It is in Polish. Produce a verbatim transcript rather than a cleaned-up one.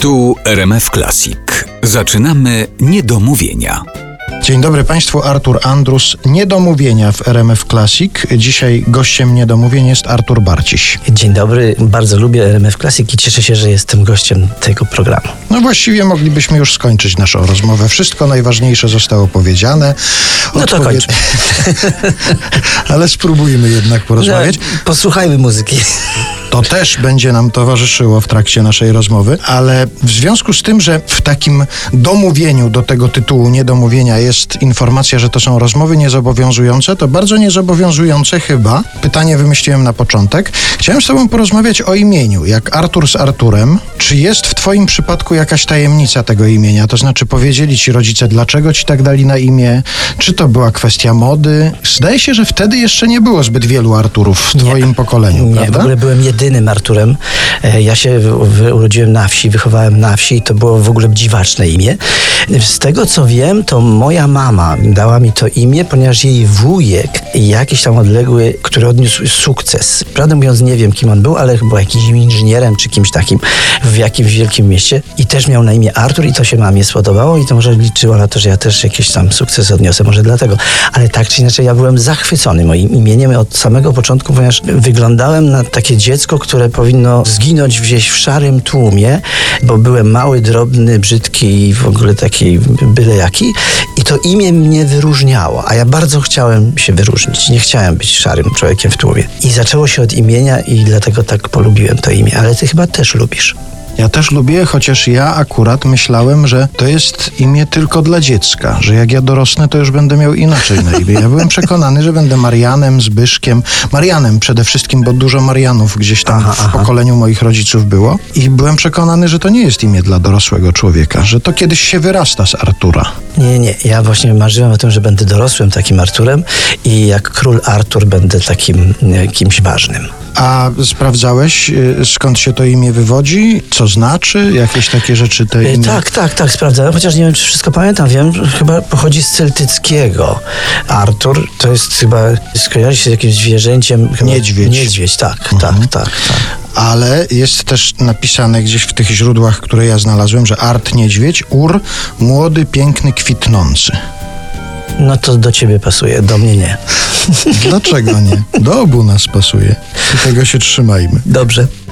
Tu R M F Classic. Zaczynamy niedomówienia. Dzień dobry Państwu, Artur Andrus, Niedomówienia w R M F Classic. Dzisiaj gościem Niedomówień jest Artur Barciś. Dzień dobry, bardzo lubię R M F Classic i cieszę się, że jestem gościem tego programu. No właściwie moglibyśmy już skończyć naszą rozmowę. Wszystko najważniejsze zostało powiedziane. No to Odpowied... kończmy. Ale spróbujmy jednak porozmawiać. No, posłuchajmy muzyki. To też będzie nam towarzyszyło w trakcie naszej rozmowy, ale w związku z tym, że w takim domówieniu do tego tytułu Niedomówienia jest informacja, że to są rozmowy niezobowiązujące, to bardzo niezobowiązujące chyba. Pytanie wymyśliłem na początek. Chciałem z Tobą porozmawiać o imieniu, jak Artur z Arturem. Czy jest w Twoim przypadku jakaś tajemnica tego imienia? To znaczy powiedzieli Ci rodzice, dlaczego Ci tak dali na imię? Czy to była kwestia mody? Zdaje się, że wtedy jeszcze nie było zbyt wielu Arturów w Twoim nie, pokoleniu, nie, prawda? w ogóle byłem jedynym Arturem. Ja się urodziłem na wsi, wychowałem na wsi i to było w ogóle dziwaczne imię. Z tego co wiem, to moja mama dała mi to imię, ponieważ jej wujek, jakiś tam odległy, który odniósł sukces. Prawdę mówiąc, nie wiem kim on był, ale chyba jakimś inżynierem czy kimś takim w jakimś wielkim mieście i też miał na imię Artur i to się mamie spodobało i to może liczyło na to, że ja też jakiś tam sukces odniosę, może dlatego. Ale tak czy inaczej ja byłem zachwycony moim imieniem od samego początku, ponieważ wyglądałem na takie dziecko, które powinno zginąć gdzieś w szarym tłumie, bo byłem mały, drobny, brzydki i w ogóle taki byle jaki. I to imię mnie wyróżniało, a ja bardzo chciałem się wyróżnić. Nie chciałem być szarym człowiekiem w tłumie. I zaczęło się od imienia i dlatego tak polubiłem to imię. Ale ty chyba też lubisz. Ja też lubię, chociaż ja akurat myślałem, że to jest imię tylko dla dziecka, że jak ja dorosnę, to już będę miał inaczej na imię. Ja byłem przekonany, że będę Marianem, Zbyszkiem, Marianem przede wszystkim, bo dużo Marianów gdzieś tam aha, w aha. pokoleniu moich rodziców było i byłem przekonany, że to nie jest imię dla dorosłego człowieka, że to kiedyś się wyrasta z Artura. Nie, nie. Ja właśnie marzyłem o tym, że będę dorosłym takim Arturem i jak król Artur będę takim e, kimś ważnym. A sprawdzałeś, skąd się to imię wywodzi? Co znaczy? Jakieś takie rzeczy te imię? Tak, tak, tak, sprawdzałem, chociaż nie wiem, czy wszystko pamiętam. Wiem, chyba pochodzi z celtyckiego. Artur to jest chyba, skojarzy się z jakimś zwierzęciem. Chyba, Niedźwiedź. Niedźwiedź, tak, mhm. tak, tak, tak. Ale jest też napisane gdzieś w tych źródłach, które ja znalazłem, że Art Niedźwiedź, Ur, młody, piękny, kwitnący. No to do ciebie pasuje, do mnie nie. Dlaczego nie? Do obu nas pasuje. I tego się trzymajmy. Dobrze.